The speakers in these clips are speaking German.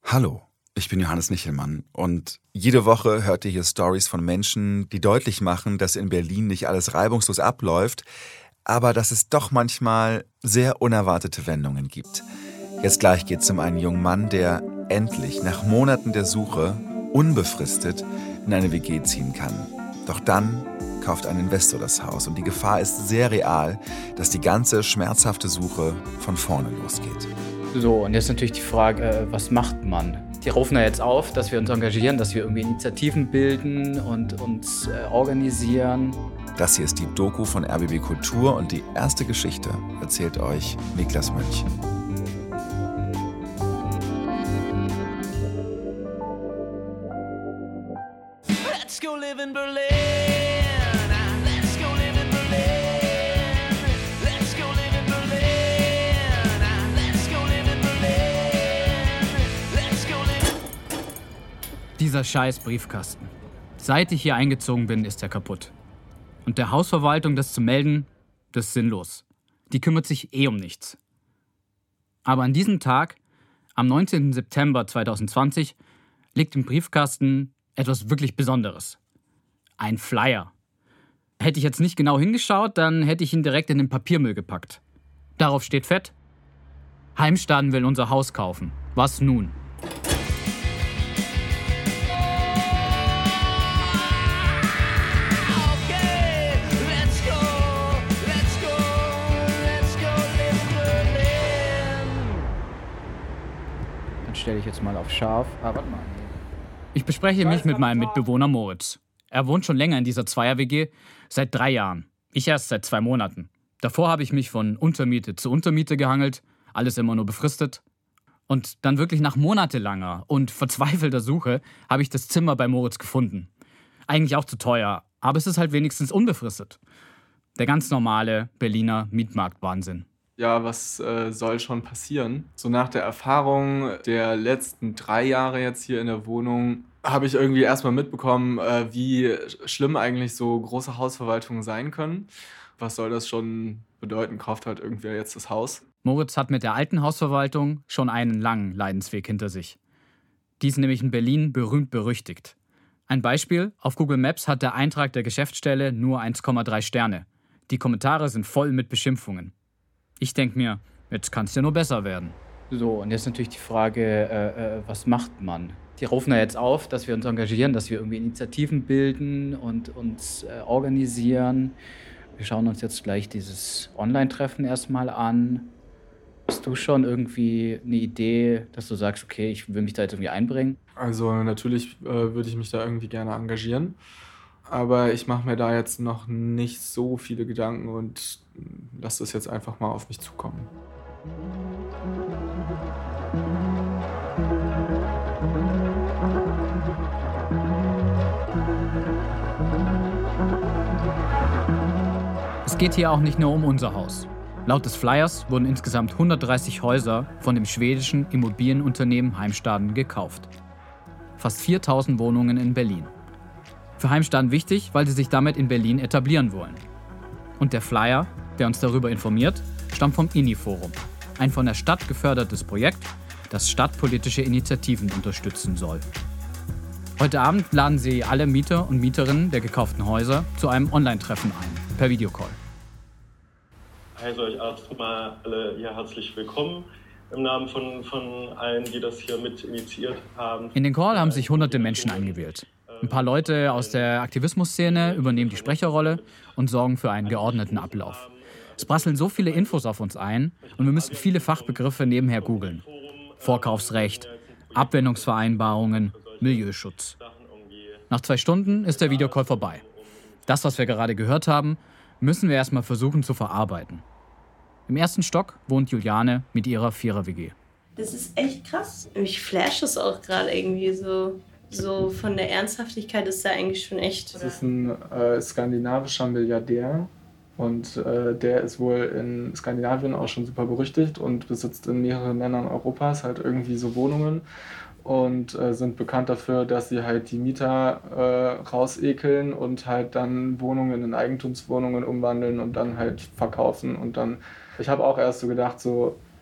Hallo, ich bin Johannes Nichelmann und jede Woche hört ihr hier Stories von Menschen, die deutlich machen, dass in Berlin nicht alles reibungslos abläuft, aber dass es doch manchmal sehr unerwartete Wendungen gibt. Jetzt gleich geht es um einen jungen Mann, der endlich nach Monaten der Suche unbefristet in eine WG ziehen kann. Doch dann kauft ein Investor das Haus und die Gefahr ist sehr real, dass die ganze schmerzhafte Suche von vorne losgeht. So, und jetzt natürlich die Frage, was macht man? Die rufen ja jetzt auf, dass wir uns engagieren, dass wir irgendwie Initiativen bilden und uns organisieren. Das hier ist die Doku von RBB Kultur und die erste Geschichte erzählt euch Niklas Mönch. Let's go live in Berlin. Let's go live in Berlin. Let's go live in Berlin. Let's go live in Berlin. Let's go live. Dieser scheiß Briefkasten. Seit ich hier eingezogen bin, ist er kaputt. Und der Hausverwaltung das zu melden, das ist sinnlos. Die kümmert sich um nichts. Aber an diesem Tag, am 19. September 2020, liegt im Briefkasten etwas wirklich Besonderes. Ein Flyer. Hätte ich jetzt nicht genau hingeschaut, dann hätte ich ihn direkt in den Papiermüll gepackt. Darauf steht fett: Heimstaden will unser Haus kaufen. Was nun? Okay, let's go live in Berlin. Dann stelle ich jetzt mal auf scharf. Warte mal. Ich bespreche mich mit meinem Mitbewohner Moritz. Er wohnt schon länger in dieser Zweier-WG, seit 3 Jahren. Ich erst seit 2 Monaten. Davor habe ich mich von Untermiete zu Untermiete gehangelt, alles immer nur befristet. Und dann wirklich nach monatelanger und verzweifelter Suche habe ich das Zimmer bei Moritz gefunden. Eigentlich auch zu teuer, aber es ist halt wenigstens unbefristet. Der ganz normale Berliner Mietmarktwahnsinn. Ja, was soll schon passieren? So nach der Erfahrung der letzten 3 Jahre jetzt hier in der Wohnung habe ich irgendwie erstmal mitbekommen, wie schlimm eigentlich so große Hausverwaltungen sein können. Was soll das schon bedeuten? Kauft halt irgendwer jetzt das Haus? Moritz hat mit der alten Hausverwaltung schon einen langen Leidensweg hinter sich. Die ist nämlich in Berlin berühmt-berüchtigt. Ein Beispiel: Auf Google Maps hat der Eintrag der Geschäftsstelle nur 1,3 Sterne. Die Kommentare sind voll mit Beschimpfungen. Ich denke mir, jetzt kann es ja nur besser werden. So, und jetzt natürlich die Frage, was macht man? Die rufen ja jetzt auf, dass wir uns engagieren, dass wir irgendwie Initiativen bilden und uns organisieren. Wir schauen uns jetzt gleich dieses Online-Treffen erstmal an. Hast du schon irgendwie eine Idee, dass du sagst, okay, ich will mich da jetzt irgendwie einbringen? Also natürlich würde ich mich da irgendwie gerne engagieren. Aber ich mache mir da jetzt noch nicht so viele Gedanken und lasse das jetzt einfach mal auf mich zukommen. Es geht hier auch nicht nur um unser Haus. Laut des Flyers wurden insgesamt 130 Häuser von dem schwedischen Immobilienunternehmen Heimstaden gekauft. Fast 4000 Wohnungen in Berlin. Für Heimstaden wichtig, weil sie sich damit in Berlin etablieren wollen. Und der Flyer, der uns darüber informiert, stammt vom INI-Forum, ein von der Stadt gefördertes Projekt, das stadtpolitische Initiativen unterstützen soll. Heute Abend laden sie alle Mieter und Mieterinnen der gekauften Häuser zu einem Online-Treffen ein, per Videocall. Heiße euch erstmal alle hier herzlich willkommen im Namen von allen, die das hier mit initiiert haben. In den Call haben sich hunderte Menschen eingewählt. Ein paar Leute aus der Aktivismusszene übernehmen die Sprecherrolle und sorgen für einen geordneten Ablauf. Es prasseln so viele Infos auf uns ein und wir müssen viele Fachbegriffe nebenher googeln. Vorkaufsrecht, Abwendungsvereinbarungen, Milieuschutz. Nach 2 Stunden ist der Videocall vorbei. Das, was wir gerade gehört haben, müssen wir erstmal versuchen zu verarbeiten. Im 1. Stock wohnt Juliane mit ihrer 4er-WG. Das ist echt krass. Mich flasht es auch gerade irgendwie so. So von der Ernsthaftigkeit ist da eigentlich schon echt. Das ist ein skandinavischer Milliardär und der ist wohl in Skandinavien auch schon super berüchtigt und besitzt in mehreren Ländern Europas halt irgendwie so Wohnungen und sind bekannt dafür, dass sie halt die Mieter rausekeln und halt dann Wohnungen in Eigentumswohnungen umwandeln und dann halt verkaufen und dann. Ich habe auch erst so gedacht, so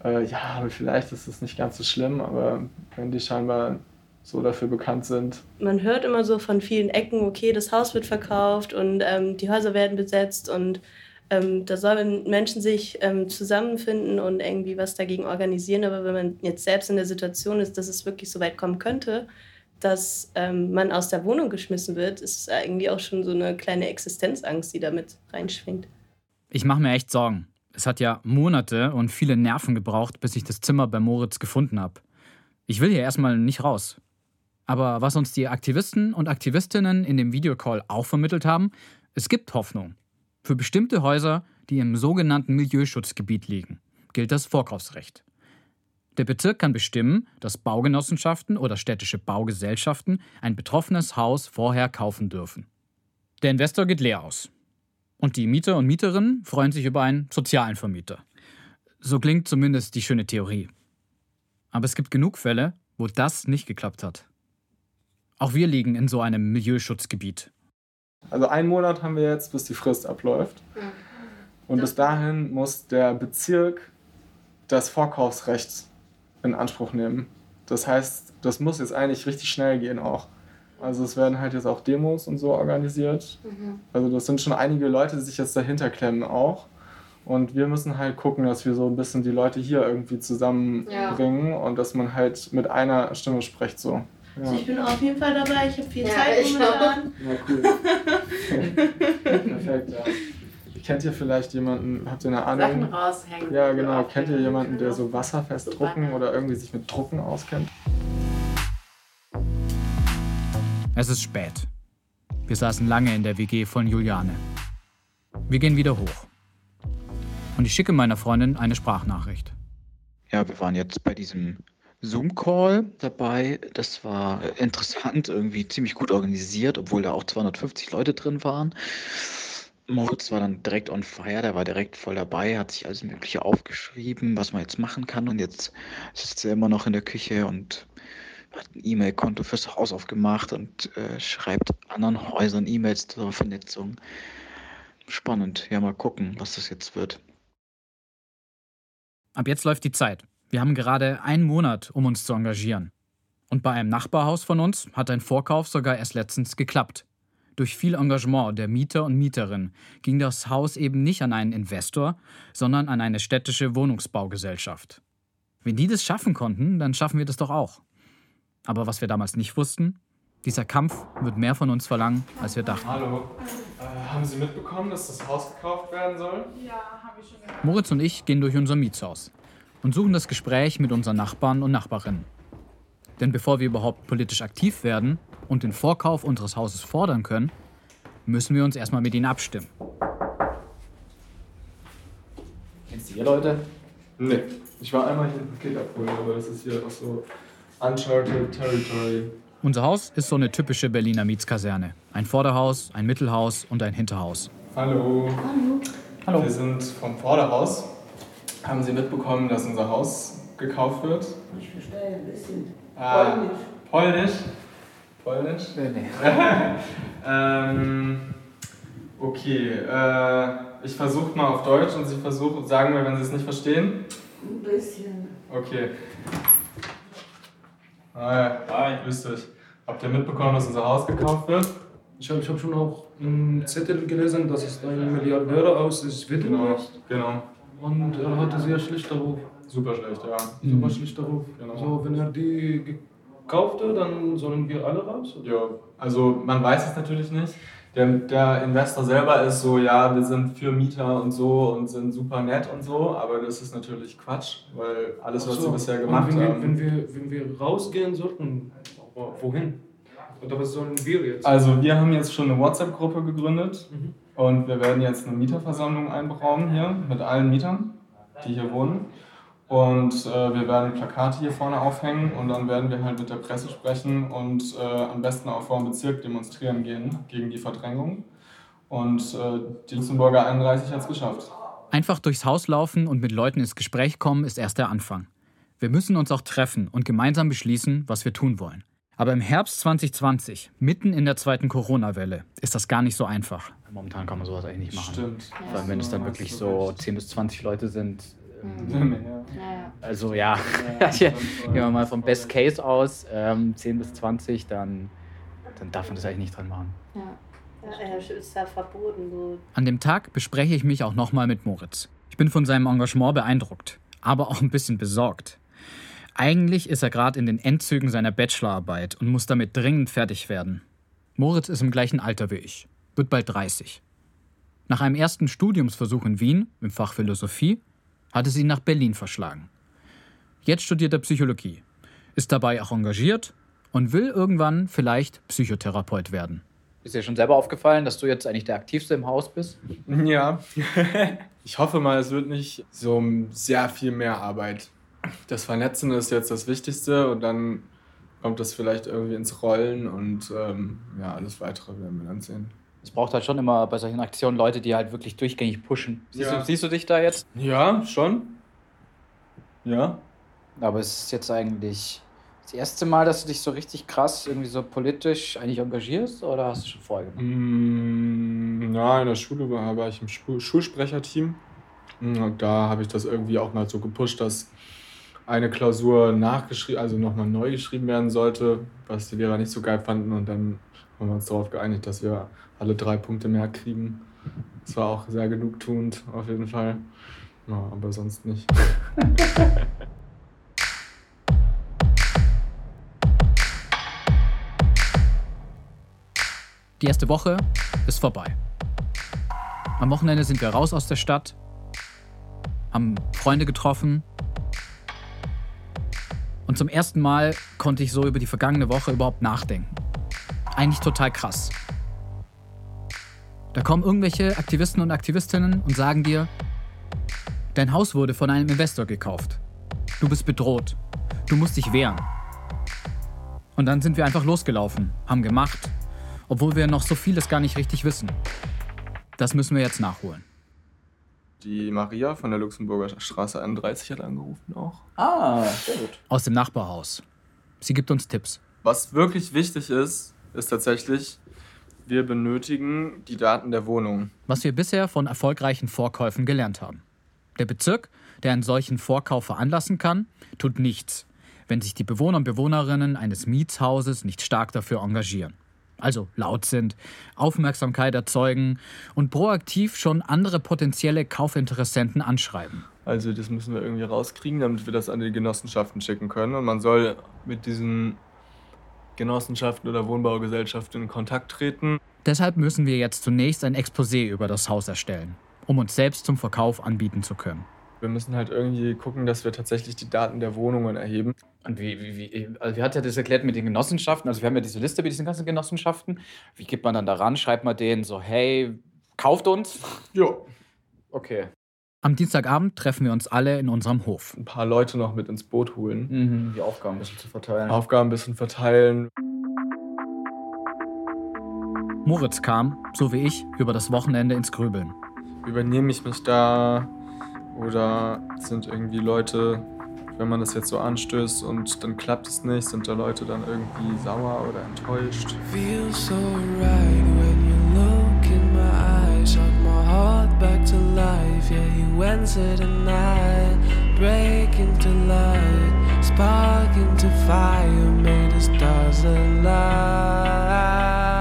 ja, vielleicht ist es nicht ganz so schlimm, aber wenn die scheinbar so dafür bekannt sind. Man hört immer so von vielen Ecken, okay, das Haus wird verkauft und die Häuser werden besetzt und da sollen Menschen sich zusammenfinden und irgendwie was dagegen organisieren. Aber wenn man jetzt selbst in der Situation ist, dass es wirklich so weit kommen könnte, dass man aus der Wohnung geschmissen wird, ist es irgendwie auch schon so eine kleine Existenzangst, die damit reinschwingt. Ich mache mir echt Sorgen. Es hat ja Monate und viele Nerven gebraucht, bis ich das Zimmer bei Moritz gefunden habe. Ich will hier erstmal nicht raus. Aber was uns die Aktivisten und Aktivistinnen in dem Videocall auch vermittelt haben, es gibt Hoffnung. Für bestimmte Häuser, die im sogenannten Milieuschutzgebiet liegen, gilt das Vorkaufsrecht. Der Bezirk kann bestimmen, dass Baugenossenschaften oder städtische Baugesellschaften ein betroffenes Haus vorher kaufen dürfen. Der Investor geht leer aus. Und die Mieter und Mieterinnen freuen sich über einen sozialen Vermieter. So klingt zumindest die schöne Theorie. Aber es gibt genug Fälle, wo das nicht geklappt hat. Auch wir liegen in so einem Milieuschutzgebiet. Also 1 Monat haben wir jetzt, bis die Frist abläuft. Und bis dahin muss der Bezirk das Vorkaufsrecht in Anspruch nehmen. Das heißt, das muss jetzt eigentlich richtig schnell gehen auch. Also es werden halt jetzt auch Demos und so organisiert. Also das sind schon einige Leute, die sich jetzt dahinter klemmen auch. Und wir müssen halt gucken, dass wir so ein bisschen die Leute hier irgendwie zusammenbringen und dass man halt mit einer Stimme spricht so. Ja. Also ich bin auf jeden Fall dabei, ich habe viel Zeit momentan. Ja, cool. Perfekt, ja. Kennt ihr vielleicht jemanden, habt ihr eine Ahnung? Sachen raushängen. Ja, genau. Kennt ihr jemanden, der so wasserfest drucken oder irgendwie sich mit Drucken auskennt? Es ist spät. Wir saßen lange in der WG von Juliane. Wir gehen wieder hoch. Und ich schicke meiner Freundin eine Sprachnachricht. Ja, wir waren jetzt bei diesem Zoom-Call dabei. Das war interessant, irgendwie ziemlich gut organisiert, obwohl da auch 250 Leute drin waren. Moritz war dann direkt on fire, der war direkt voll dabei, hat sich alles Mögliche aufgeschrieben, was man jetzt machen kann. Und jetzt sitzt er immer noch in der Küche und hat ein E-Mail-Konto fürs Haus aufgemacht und schreibt anderen Häusern E-Mails zur Vernetzung. Spannend, ja, mal gucken, was das jetzt wird. Ab jetzt läuft die Zeit. Wir haben gerade 1 Monat, um uns zu engagieren. Und bei einem Nachbarhaus von uns hat ein Vorkauf sogar erst letztens geklappt. Durch viel Engagement der Mieter und Mieterinnen ging das Haus eben nicht an einen Investor, sondern an eine städtische Wohnungsbaugesellschaft. Wenn die das schaffen konnten, dann schaffen wir das doch auch. Aber was wir damals nicht wussten, dieser Kampf wird mehr von uns verlangen, als wir dachten. Hallo. Haben Sie mitbekommen, dass das Haus gekauft werden soll? Ja, habe ich schon gehört. Moritz und ich gehen durch unser Mietshaus und suchen das Gespräch mit unseren Nachbarn und Nachbarinnen. Denn bevor wir überhaupt politisch aktiv werden und den Vorkauf unseres Hauses fordern können, müssen wir uns erstmal mit ihnen abstimmen. Kennst du ihr Leute? Nee. Ich war einmal hier ein Paket abholen, aber das ist hier auch so uncharted territory. Unser Haus ist so eine typische Berliner Mietskaserne. Ein Vorderhaus, ein Mittelhaus und ein Hinterhaus. Hallo. Hallo. Wir sind vom Vorderhaus. Haben Sie mitbekommen, dass unser Haus gekauft wird? Ich verstehe ein bisschen. Polnisch. Polnisch? Nee. Okay, ich versuche mal auf Deutsch und Sie sagen mir, wenn Sie es nicht verstehen. Ein bisschen. Okay. Hi, grüß dich. Habt ihr mitbekommen, dass unser Haus gekauft wird? Ich hab schon auch einen Zettel gelesen, dass es ein Milliardär aus Schweden ist. Genau. Und er hatte sehr schlecht darauf. Super schlecht, ja. Super schlecht darauf. Genau. So, wenn er die gekaufte, dann sollen wir alle raus? Oder? Ja, also man weiß es natürlich nicht. Der Investor selber ist so, ja, wir sind für Mieter und so und sind super nett und so, aber das ist natürlich Quatsch, weil alles, was sie bisher gemacht haben... Wenn wir rausgehen sollten, wohin? Oder was sollen wir jetzt? Also wir haben jetzt schon eine WhatsApp-Gruppe gegründet und wir werden jetzt eine Mieterversammlung einberaumen hier mit allen Mietern, die hier wohnen. Und wir werden Plakate hier vorne aufhängen und dann werden wir halt mit der Presse sprechen und am besten auch vor dem Bezirk demonstrieren gehen gegen die Verdrängung. Und die Luxemburger 31 hat es geschafft. Einfach durchs Haus laufen und mit Leuten ins Gespräch kommen, ist erst der Anfang. Wir müssen uns auch treffen und gemeinsam beschließen, was wir tun wollen. Aber im Herbst 2020, mitten in der zweiten Corona-Welle, ist das gar nicht so einfach. Momentan kann man sowas eigentlich nicht machen. Stimmt. Vor allem, wenn es dann wirklich so 10 bis 20 Leute sind, Ja. Also ja, gehen wir mal vom Best Case aus, 10 bis 20, dann darf man das eigentlich nicht dran machen. Ja, ist da verboten. So. An dem Tag bespreche ich mich auch nochmal mit Moritz. Ich bin von seinem Engagement beeindruckt, aber auch ein bisschen besorgt. Eigentlich ist er gerade in den Endzügen seiner Bachelorarbeit und muss damit dringend fertig werden. Moritz ist im gleichen Alter wie ich, wird bald 30. Nach einem ersten Studiumsversuch in Wien, im Fach Philosophie, hat es ihn nach Berlin verschlagen. Jetzt studiert er Psychologie, ist dabei auch engagiert und will irgendwann vielleicht Psychotherapeut werden. Ist dir schon selber aufgefallen, dass du jetzt eigentlich der Aktivste im Haus bist? Ja. Ich hoffe mal, es wird nicht so sehr viel mehr Arbeit. Das Vernetzen ist jetzt das Wichtigste und dann kommt das vielleicht irgendwie ins Rollen und alles Weitere werden wir dann sehen. Es braucht halt schon immer bei solchen Aktionen Leute, die halt wirklich durchgängig pushen. Siehst du dich da jetzt? Ja, schon. Ja. Aber es ist jetzt eigentlich das erste Mal, dass du dich so richtig krass irgendwie so politisch eigentlich engagierst oder hast du schon vorher gemacht? Ja, in der Schule war ich im Schulsprecherteam und da habe ich das irgendwie auch mal so gepusht, dass eine Klausur nachgeschrieben, also nochmal neu geschrieben werden sollte, was die Lehrer nicht so geil fanden und dann haben wir uns darauf geeinigt, dass wir alle 3 Punkte mehr kriegen. Das war auch sehr genugtuend, auf jeden Fall. Ja, aber sonst nicht. Die erste Woche ist vorbei. Am Wochenende sind wir raus aus der Stadt, haben Freunde getroffen und zum ersten Mal konnte ich so über die vergangene Woche überhaupt nachdenken. Eigentlich total krass. Da kommen irgendwelche Aktivisten und Aktivistinnen und sagen dir, dein Haus wurde von einem Investor gekauft. Du bist bedroht. Du musst dich wehren. Und dann sind wir einfach losgelaufen, haben gemacht, obwohl wir noch so vieles gar nicht richtig wissen. Das müssen wir jetzt nachholen. Die Maria von der Luxemburger Straße 31 hat angerufen auch. Ah, sehr gut. Aus dem Nachbarhaus. Sie gibt uns Tipps. Was wirklich wichtig ist tatsächlich, wir benötigen die Daten der Wohnung. Was wir bisher von erfolgreichen Vorkäufen gelernt haben. Der Bezirk, der einen solchen Vorkauf veranlassen kann, tut nichts, wenn sich die Bewohner und Bewohnerinnen eines Mietshauses nicht stark dafür engagieren. Also laut sind, Aufmerksamkeit erzeugen und proaktiv schon andere potenzielle Kaufinteressenten anschreiben. Also das müssen wir irgendwie rauskriegen, damit wir das an die Genossenschaften schicken können. Und man soll mit diesen Genossenschaften oder Wohnbaugesellschaften in Kontakt treten. Deshalb müssen wir jetzt zunächst ein Exposé über das Haus erstellen, um uns selbst zum Verkauf anbieten zu können. Wir müssen halt irgendwie gucken, dass wir tatsächlich die Daten der Wohnungen erheben. Und wie hat er das erklärt mit den Genossenschaften? Also wir haben ja diese Liste mit diesen ganzen Genossenschaften. Wie geht man dann da ran? Schreibt man denen so, hey, kauft uns? Ja. Okay. Am Dienstagabend treffen wir uns alle in unserem Hof. Ein paar Leute noch mit ins Boot holen. Die Aufgaben ein bisschen zu verteilen. Aufgaben ein bisschen verteilen. Moritz kam, so wie ich, über das Wochenende ins Grübeln. Übernehme ich mich da oder sind irgendwie Leute, wenn man das jetzt so anstößt und dann klappt es nicht, sind da Leute dann irgendwie sauer oder enttäuscht? Feels so right when you look in my eyes. Shot my heart back to life. Yeah, you enter the night, break into light, spark into fire, made the stars alive.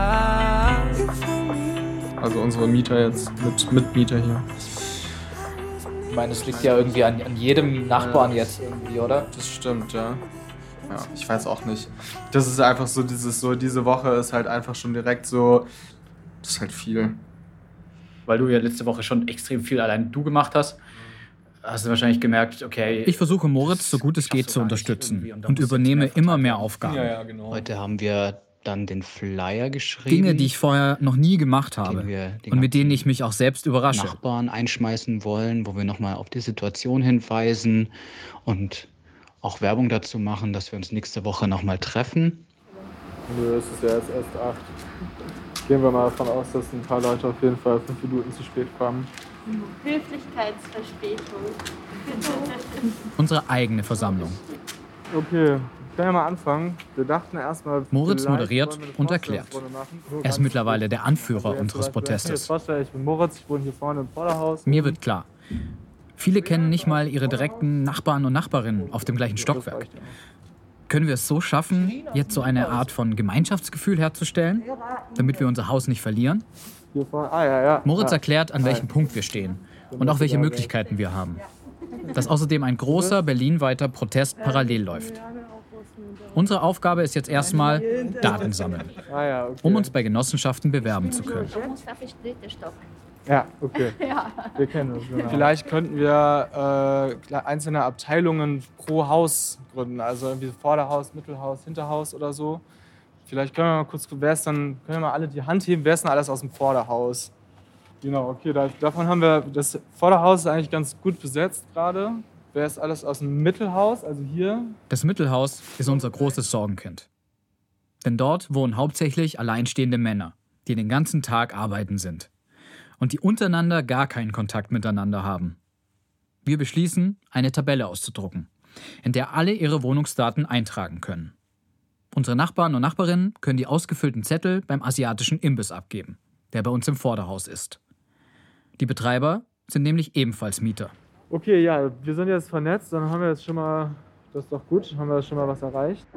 Also unsere Mieter jetzt, mit Mieter hier. Ich meine, es liegt ja irgendwie an jedem Nachbarn jetzt irgendwie, oder? Das stimmt, ja. Ja, ich weiß auch nicht. Das ist einfach so, diese Woche ist halt einfach schon direkt so, das ist halt viel. Weil du ja letzte Woche schon extrem viel allein du gemacht hast, hast du wahrscheinlich gemerkt, okay... Ich versuche Moritz so gut es geht zu unterstützen und übernehme immer mehr Aufgaben. Ja, genau. Heute haben wir dann den Flyer geschrieben. Dinge, die ich vorher noch nie gemacht habe und mit denen ich mich auch selbst überrasche. Nachbarn einschmeißen wollen, wo wir nochmal auf die Situation hinweisen und auch Werbung dazu machen, dass wir uns nächste Woche nochmal treffen. Nö, es ist ja erst 8. Gehen wir mal davon aus, dass ein paar Leute auf jeden Fall 5 Minuten zu spät kommen. Höflichkeitsverspätung. Unsere eigene Versammlung. Okay, können wir mal anfangen. Wir dachten erstmal... Moritz moderiert und erklärt. Er ist mittlerweile der Anführer unseres Protestes. Ich bin Moritz, ich wohne hier vorne im Vorderhaus. Mir wird klar, Viele kennen nicht mal ihre direkten Nachbarn und Nachbarinnen auf dem gleichen Stockwerk. Können wir es so schaffen, jetzt so eine Art von Gemeinschaftsgefühl herzustellen, damit wir unser Haus nicht verlieren? Moritz erklärt, an welchem Punkt wir stehen und auch welche Möglichkeiten wir haben. Dass außerdem ein großer berlinweiter Protest parallel läuft. Unsere Aufgabe ist jetzt erstmal Daten sammeln, um uns bei Genossenschaften bewerben zu können. Ja, okay. Wir kennen uns. Genau. Vielleicht könnten wir einzelne Abteilungen pro Haus gründen. Also irgendwie Vorderhaus, Mittelhaus, Hinterhaus oder so. Vielleicht können wir mal kurz, können wir mal alle die Hand heben, wer ist denn alles aus dem Vorderhaus? Genau, okay, davon haben wir, das Vorderhaus ist eigentlich ganz gut besetzt gerade. Wer ist alles aus dem Mittelhaus, also hier? Das Mittelhaus ist unser großes Sorgenkind. Denn dort wohnen hauptsächlich alleinstehende Männer, die den ganzen Tag arbeiten sind. Und die untereinander gar keinen Kontakt miteinander haben. Wir beschließen, eine Tabelle auszudrucken, in der alle ihre Wohnungsdaten eintragen können. Unsere Nachbarn und Nachbarinnen können die ausgefüllten Zettel beim asiatischen Imbiss abgeben, der bei uns im Vorderhaus ist. Die Betreiber sind nämlich ebenfalls Mieter. Okay, ja, wir sind jetzt vernetzt, dann haben wir jetzt schon mal, das ist doch gut, haben wir schon mal was erreicht.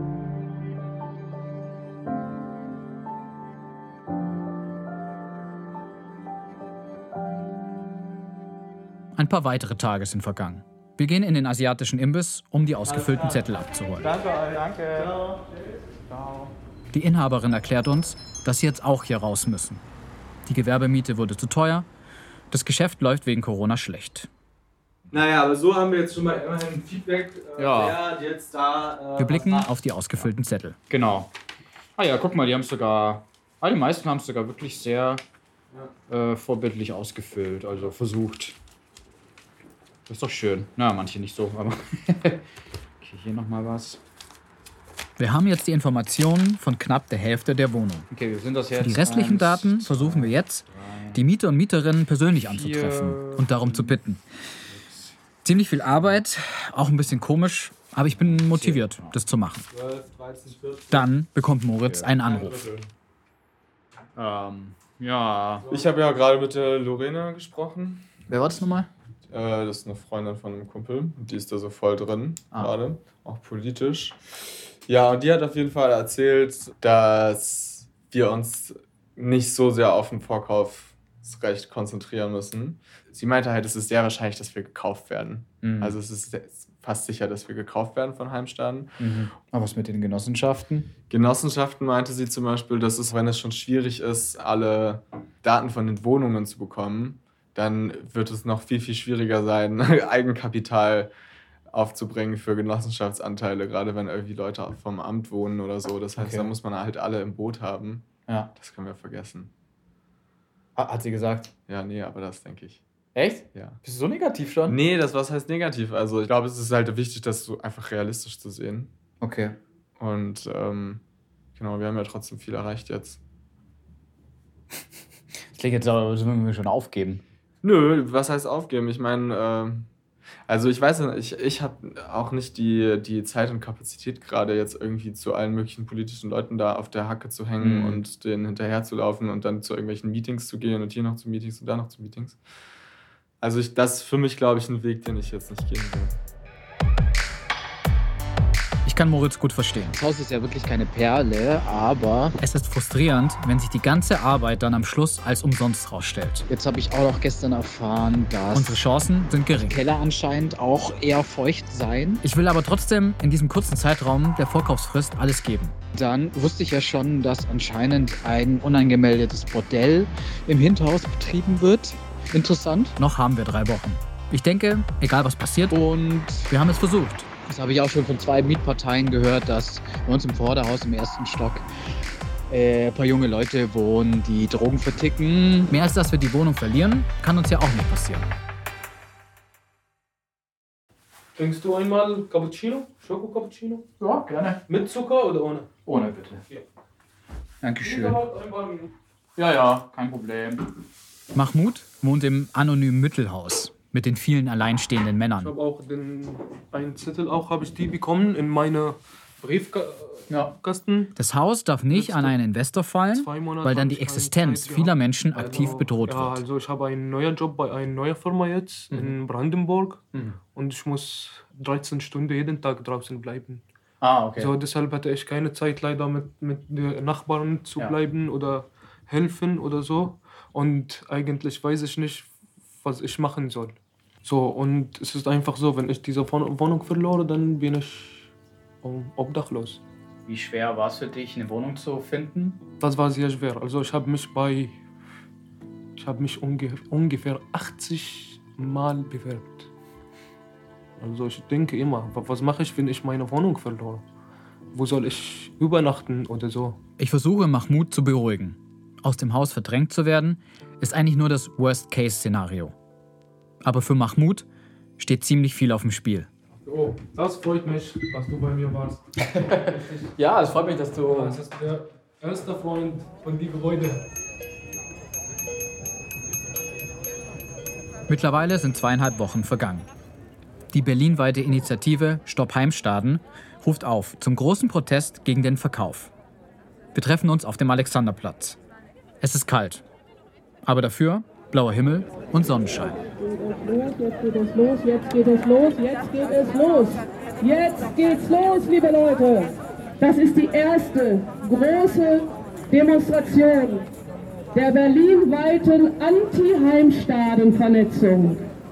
Ein paar weitere Tage sind vergangen. Wir gehen in den asiatischen Imbiss, um die ausgefüllten Zettel abzuholen. Danke euch, danke. Ciao. Die Inhaberin erklärt uns, dass sie jetzt auch hier raus müssen. Die Gewerbemiete wurde zu teuer, das Geschäft läuft wegen Corona schlecht. Naja, aber so haben wir jetzt schon mal immerhin Feedback, wer jetzt da... Wir blicken auf die ausgefüllten Zettel. Genau. Ah ja, guck mal, die meisten haben es sogar wirklich sehr vorbildlich ausgefüllt, also versucht. Das ist doch schön. Na, manche nicht so, aber... Okay, hier nochmal was. Wir haben jetzt die Informationen von knapp der Hälfte der Wohnung. Okay, wir sind das jetzt. Für die restlichen Daten versuchen wir jetzt, die Mieter und Mieterinnen persönlich anzutreffen und darum zu bitten. Ziemlich viel Arbeit, auch ein bisschen komisch, aber ich bin motiviert, das zu machen. Dann bekommt Moritz einen Anruf. Ja. Ich habe ja gerade mit der Lorena gesprochen. Wer war das nochmal? Das ist eine Freundin von einem Kumpel. Die ist da so voll drin gerade, auch politisch. Ja, und die hat auf jeden Fall erzählt, dass wir uns nicht so sehr auf den Vorkaufsrecht konzentrieren müssen. Sie meinte halt, es ist sehr wahrscheinlich, dass wir gekauft werden. Mhm. Also es ist fast sicher, dass wir gekauft werden von Heimstaden. Mhm. Aber was mit den Genossenschaften? Genossenschaften meinte sie zum Beispiel, dass es, wenn es schon schwierig ist, alle Daten von den Wohnungen zu bekommen, dann wird es noch viel, viel schwieriger sein, Eigenkapital aufzubringen für Genossenschaftsanteile, gerade wenn irgendwie Leute vom Amt wohnen oder so. Das heißt, da muss man halt alle im Boot haben. Ja. Das können wir vergessen. Hat sie gesagt? Ja, nee, aber das denke ich. Echt? Ja. Bist du so negativ schon? Nee, was heißt negativ? Also ich glaube, es ist halt wichtig, das so einfach realistisch zu sehen. Okay. Und genau, wir haben ja trotzdem viel erreicht jetzt. Das klingt jetzt aber, das müssen wir schon aufgeben. Nö, was heißt aufgeben? Ich meine, also ich weiß nicht, ich habe auch nicht die Zeit und Kapazität gerade jetzt irgendwie zu allen möglichen politischen Leuten da auf der Hacke zu hängen und denen hinterher zu laufen und dann zu irgendwelchen Meetings zu gehen und hier noch zu Meetings und da noch zu Meetings. Also das ist für mich, glaube ich, ein Weg, den ich jetzt nicht gehen will. Ich kann Moritz gut verstehen. Das Haus ist ja wirklich keine Perle, aber Es ist frustrierend, wenn sich die ganze Arbeit dann am Schluss als umsonst rausstellt. jetzt habe ich auch noch gestern erfahren, dass Unsere Chancen sind gering. Keller anscheinend auch eher feucht sein. Ich will aber trotzdem in diesem kurzen Zeitraum der Vorkaufsfrist alles geben. Dann wusste ich ja schon, dass anscheinend ein unangemeldetes Bordell im Hinterhaus betrieben wird. Interessant. Noch haben wir 3 Wochen. Ich denke, egal was passiert, Und wir haben es versucht. das habe ich auch schon von 2 Mietparteien gehört, dass bei uns im Vorderhaus im 1. Stock ein paar junge Leute wohnen, die Drogen verticken. Mehr als dass wir die Wohnung verlieren, kann uns ja auch nicht passieren. Trinkst du einmal Cappuccino? Schoko-Cappuccino? Ja, gerne. Mit Zucker oder ohne? Ohne, bitte. Ja. Dankeschön. Ja, kein Problem. Mahmoud wohnt im anonymen Mittelhaus mit den vielen alleinstehenden Ich Männern. habe auch einen Zettel, habe ich die bekommen in meine Briefkasten. Das Haus darf nicht an einen Investor fallen, 2 Monate weil dann habe die ich keine Existenz Zeit vieler gehabt. Menschen aktiv bedroht Ja, wird. also ich habe einen neuen Job bei einer neuen Firma jetzt in Brandenburg und ich muss 13 Stunden jeden Tag draußen bleiben. Ah, okay. So, deshalb hatte ich keine Zeit leider mit den Nachbarn zu bleiben oder helfen oder so. Und eigentlich weiß ich nicht, was ich machen soll. So, und es ist einfach so, wenn ich diese Wohnung verlore, dann bin ich obdachlos. Wie schwer war es für dich, eine Wohnung zu finden? Das war sehr schwer. Also ich habe mich ungefähr 80 Mal bewerbt. Also ich denke immer, was mache ich, wenn ich meine Wohnung verlore? Wo soll ich übernachten oder so? Ich versuche, Mahmoud zu beruhigen. Aus dem Haus verdrängt zu werden, ist eigentlich nur das Worst-Case-Szenario. Aber für Mahmoud steht ziemlich viel auf dem Spiel. Oh, das freut mich, dass du bei mir warst. Ja, es freut mich, dass du... Das ist der erste Freund von die Gebäude. Mittlerweile sind 2,5 Wochen vergangen. Die berlinweite Initiative Stopp Heimstaden ruft auf zum großen Protest gegen den Verkauf. Wir treffen uns auf dem Alexanderplatz. Es ist kalt, aber dafür blauer Himmel und Sonnenschein. Jetzt geht es los, jetzt geht es los, jetzt geht es los. Jetzt geht's los, liebe Leute. Das ist die erste große Demonstration der berlinweiten Anti-Heimstaden-Vernetzung.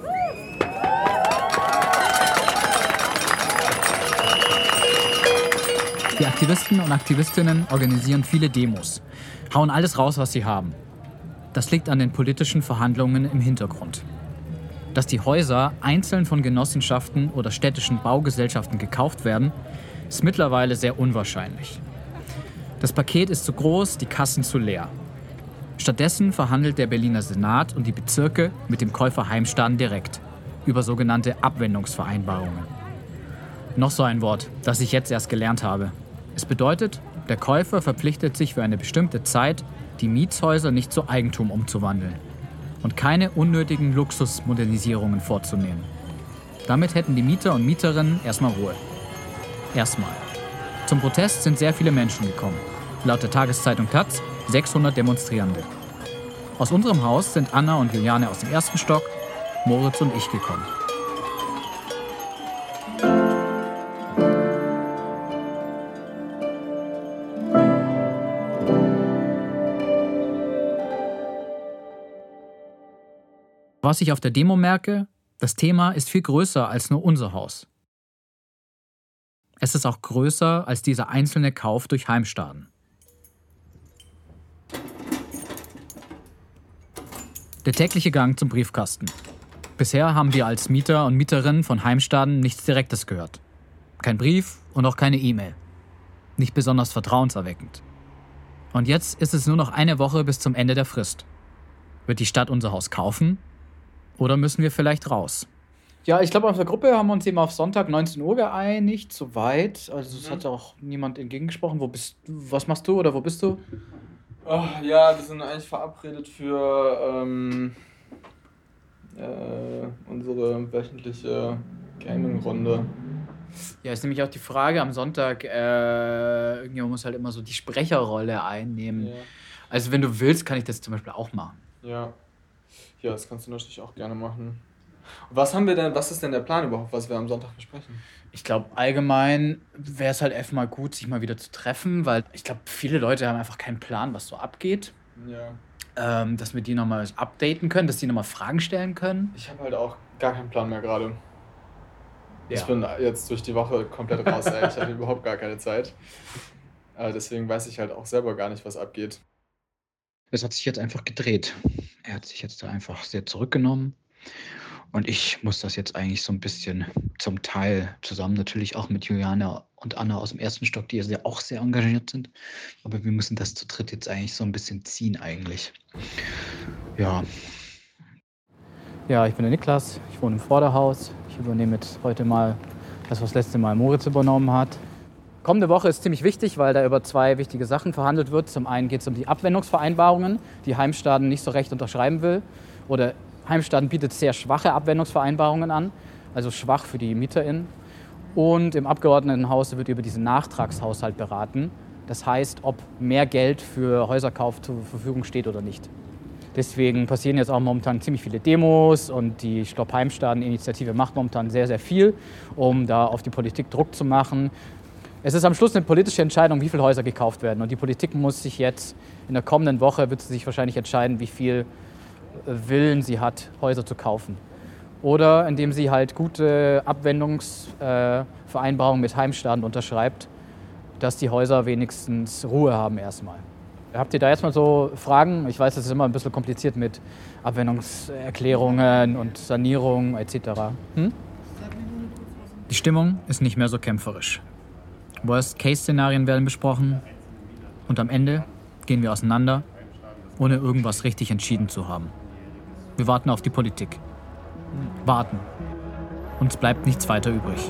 Die Aktivisten und Aktivistinnen organisieren viele Demos, hauen alles raus, was sie haben. Das liegt an den politischen Verhandlungen im Hintergrund. Dass die Häuser einzeln von Genossenschaften oder städtischen Baugesellschaften gekauft werden, ist mittlerweile sehr unwahrscheinlich. Das Paket ist zu groß, die Kassen zu leer. Stattdessen verhandelt der Berliner Senat und die Bezirke mit dem Käufer Heimstaden direkt über sogenannte Abwendungsvereinbarungen. Noch so ein Wort, das ich jetzt erst gelernt habe. Es bedeutet, der Käufer verpflichtet sich für eine bestimmte Zeit, die Mietshäuser nicht zu Eigentum umzuwandeln und keine unnötigen Luxusmodernisierungen vorzunehmen. Damit hätten die Mieter und Mieterinnen erstmal Ruhe. Erstmal. Zum Protest sind sehr viele Menschen gekommen. Laut der Tageszeitung taz 600 Demonstrierende. Aus unserem Haus sind Anna und Juliane aus dem 1. Stock, Moritz und ich gekommen. Was ich auf der Demo merke, das Thema ist viel größer als nur unser Haus. Es ist auch größer als dieser einzelne Kauf durch Heimstaden. Der tägliche Gang zum Briefkasten. Bisher haben wir als Mieter und Mieterinnen von Heimstaden nichts Direktes gehört. Kein Brief und auch keine E-Mail. Nicht besonders vertrauenserweckend. Und jetzt ist es nur noch eine Woche bis zum Ende der Frist. Wird die Stadt unser Haus kaufen? Oder müssen wir vielleicht raus? Ja, ich glaube, auf der Gruppe haben wir uns eben auf Sonntag 19 Uhr geeinigt, soweit. Also es hat auch niemand entgegengesprochen. Was machst du oder wo bist du? Oh, ja, wir sind eigentlich verabredet für unsere wöchentliche Gaming-Runde. Ja, ist nämlich auch die Frage am Sonntag, irgendjemand muss halt immer so die Sprecherrolle einnehmen. Ja. Also wenn du willst, kann ich das zum Beispiel auch machen. Ja. Ja, das kannst du natürlich auch gerne machen. Was ist denn der Plan überhaupt, was wir am Sonntag besprechen? Ich glaube, allgemein wäre es halt einfach mal gut, sich mal wieder zu treffen, weil ich glaube, viele Leute haben einfach keinen Plan, was so abgeht. Ja. Dass wir die nochmal updaten können, dass die nochmal Fragen stellen können. Ich habe halt auch gar keinen Plan mehr gerade. Ja. Ich bin jetzt durch die Woche komplett raus, ey. Ich hatte überhaupt gar keine Zeit. Deswegen weiß ich halt auch selber gar nicht, was abgeht. Es hat sich jetzt einfach gedreht. Er hat sich jetzt da einfach sehr zurückgenommen. Und ich muss das jetzt eigentlich so ein bisschen zum Teil zusammen, natürlich auch mit Juliane und Anna aus dem 1. Stock, die ja auch sehr engagiert sind. Aber wir müssen das zu dritt jetzt eigentlich so ein bisschen ziehen eigentlich. Ja. Ja, ich bin der Niklas, ich wohne im Vorderhaus. Ich übernehme jetzt heute mal das, was das letzte Mal Moritz übernommen hat. Kommende Woche ist ziemlich wichtig, weil da über 2 wichtige Sachen verhandelt wird. Zum einen geht es um die Abwendungsvereinbarungen, die Heimstaden nicht so recht unterschreiben will. Oder Heimstaden bietet sehr schwache Abwendungsvereinbarungen an, also schwach für die MieterInnen. Und im Abgeordnetenhaus wird über diesen Nachtragshaushalt beraten. Das heißt, ob mehr Geld für Häuserkauf zur Verfügung steht oder nicht. Deswegen passieren jetzt auch momentan ziemlich viele Demos und die Stopp Heimstaden-Initiative macht momentan sehr, sehr viel, um da auf die Politik Druck zu machen. Es ist am Schluss eine politische Entscheidung, wie viele Häuser gekauft werden. Und die Politik muss sich jetzt, in der kommenden Woche wird sie sich wahrscheinlich entscheiden, wie viel Willen sie hat, Häuser zu kaufen. Oder indem sie halt gute Abwendungsvereinbarungen mit Heimstaden unterschreibt, dass die Häuser wenigstens Ruhe haben erstmal. Habt ihr da erstmal so Fragen? Ich weiß, das ist immer ein bisschen kompliziert mit Abwendungserklärungen und Sanierung etc. Die Stimmung ist nicht mehr so kämpferisch. Worst-Case-Szenarien werden besprochen und am Ende gehen wir auseinander, ohne irgendwas richtig entschieden zu haben. Wir warten auf die Politik. Warten. Uns bleibt nichts weiter übrig.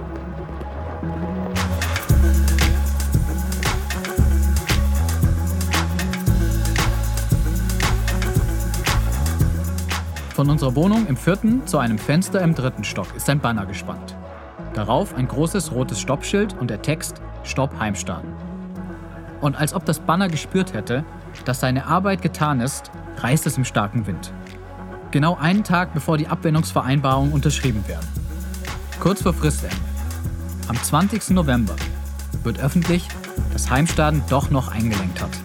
Von unserer Wohnung im 4. zu einem Fenster im 3. Stock ist ein Banner gespannt. Darauf ein großes rotes Stoppschild und der Text Stopp Heimstaden. Und als ob das Banner gespürt hätte, dass seine Arbeit getan ist, reißt es im starken Wind. Genau einen Tag bevor die Abwendungsvereinbarungen unterschrieben werden. Kurz vor Fristende, am 20. November, wird öffentlich, dass Heimstaden doch noch eingelenkt hat.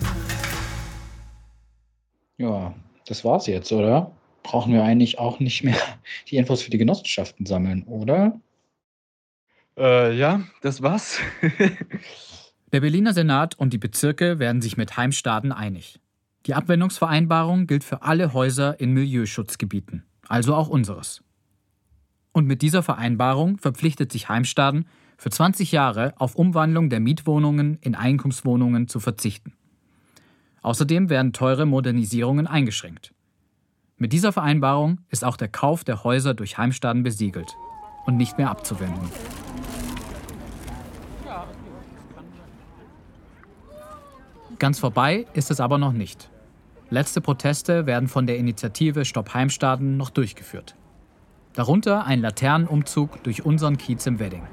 Ja, das war's jetzt, oder? Brauchen wir eigentlich auch nicht mehr die Infos für die Genossenschaften sammeln, oder? Ja, das war's. Der Berliner Senat und die Bezirke werden sich mit Heimstaden einig. Die Abwendungsvereinbarung gilt für alle Häuser in Milieuschutzgebieten, also auch unseres. Und mit dieser Vereinbarung verpflichtet sich Heimstaden, für 20 Jahre auf Umwandlung der Mietwohnungen in Eigentumswohnungen zu verzichten. Außerdem werden teure Modernisierungen eingeschränkt. Mit dieser Vereinbarung ist auch der Kauf der Häuser durch Heimstaden besiegelt und nicht mehr abzuwenden. Ganz vorbei ist es aber noch nicht. Letzte Proteste werden von der Initiative Stopp Heimstaden noch durchgeführt. Darunter ein Laternenumzug durch unseren Kiez im Wedding.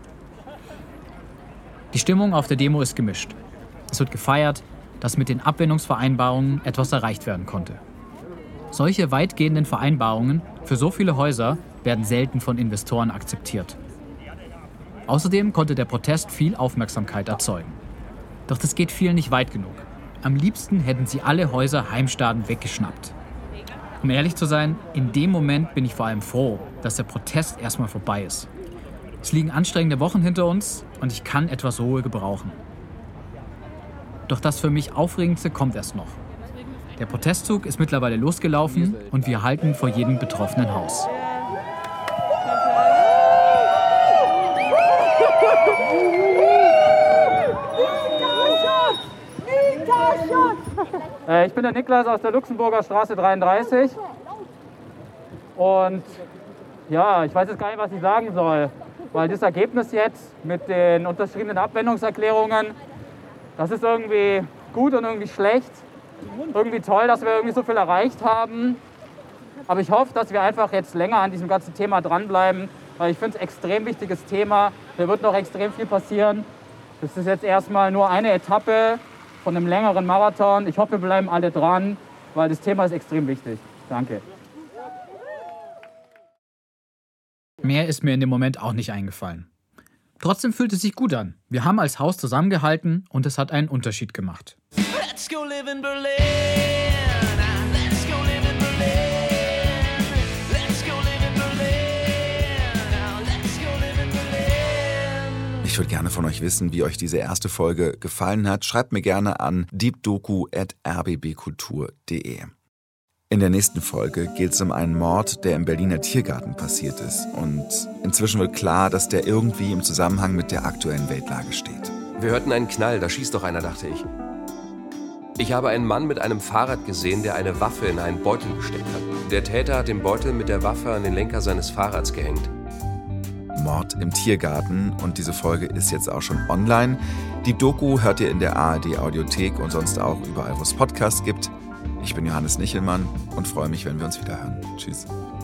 Die Stimmung auf der Demo ist gemischt. Es wird gefeiert, dass mit den Abwendungsvereinbarungen etwas erreicht werden konnte. Solche weitgehenden Vereinbarungen für so viele Häuser werden selten von Investoren akzeptiert. Außerdem konnte der Protest viel Aufmerksamkeit erzeugen. Doch das geht vielen nicht weit genug. Am liebsten hätten sie alle Häuser Heimstaden weggeschnappt. Um ehrlich zu sein, in dem Moment bin ich vor allem froh, dass der Protest erstmal vorbei ist. Es liegen anstrengende Wochen hinter uns und ich kann etwas Ruhe gebrauchen. Doch das für mich Aufregendste kommt erst noch. Der Protestzug ist mittlerweile losgelaufen und wir halten vor jedem betroffenen Haus. Ich bin der Niklas aus der Luxemburger Straße 33 und ja, ich weiß jetzt gar nicht, was ich sagen soll, weil das Ergebnis jetzt mit den unterschriebenen Abwendungserklärungen, das ist irgendwie gut und irgendwie schlecht. Irgendwie toll, dass wir irgendwie so viel erreicht haben, aber ich hoffe, dass wir einfach jetzt länger an diesem ganzen Thema dranbleiben, weil ich finde es ein extrem wichtiges Thema, da wird noch extrem viel passieren. Das ist jetzt erstmal nur eine Etappe von einem längeren Marathon. Ich hoffe, wir bleiben alle dran, weil das Thema ist extrem wichtig. Danke. Mehr ist mir in dem Moment auch nicht eingefallen. Trotzdem fühlt es sich gut an. Wir haben als Haus zusammengehalten und es hat einen Unterschied gemacht. Let's go live in Berlin. Let's go live in Berlin. Let's go live in Berlin. Let's go live in Berlin. Ich würde gerne von euch wissen, wie euch diese erste Folge gefallen hat. Schreibt mir gerne an deepdoku@rbbkultur.de. In der nächsten Folge geht es um einen Mord, der im Berliner Tiergarten passiert ist. Und inzwischen wird klar, dass der irgendwie im Zusammenhang mit der aktuellen Weltlage steht. Wir hörten einen Knall, da schießt doch einer, dachte ich. Ich habe einen Mann mit einem Fahrrad gesehen, der eine Waffe in einen Beutel gesteckt hat. Der Täter hat den Beutel mit der Waffe an den Lenker seines Fahrrads gehängt. Mord im Tiergarten und diese Folge ist jetzt auch schon online. Die Doku hört ihr in der ARD-Audiothek und sonst auch überall, wo es Podcasts gibt. Ich bin Johannes Nichelmann und freue mich, wenn wir uns wieder hören. Tschüss.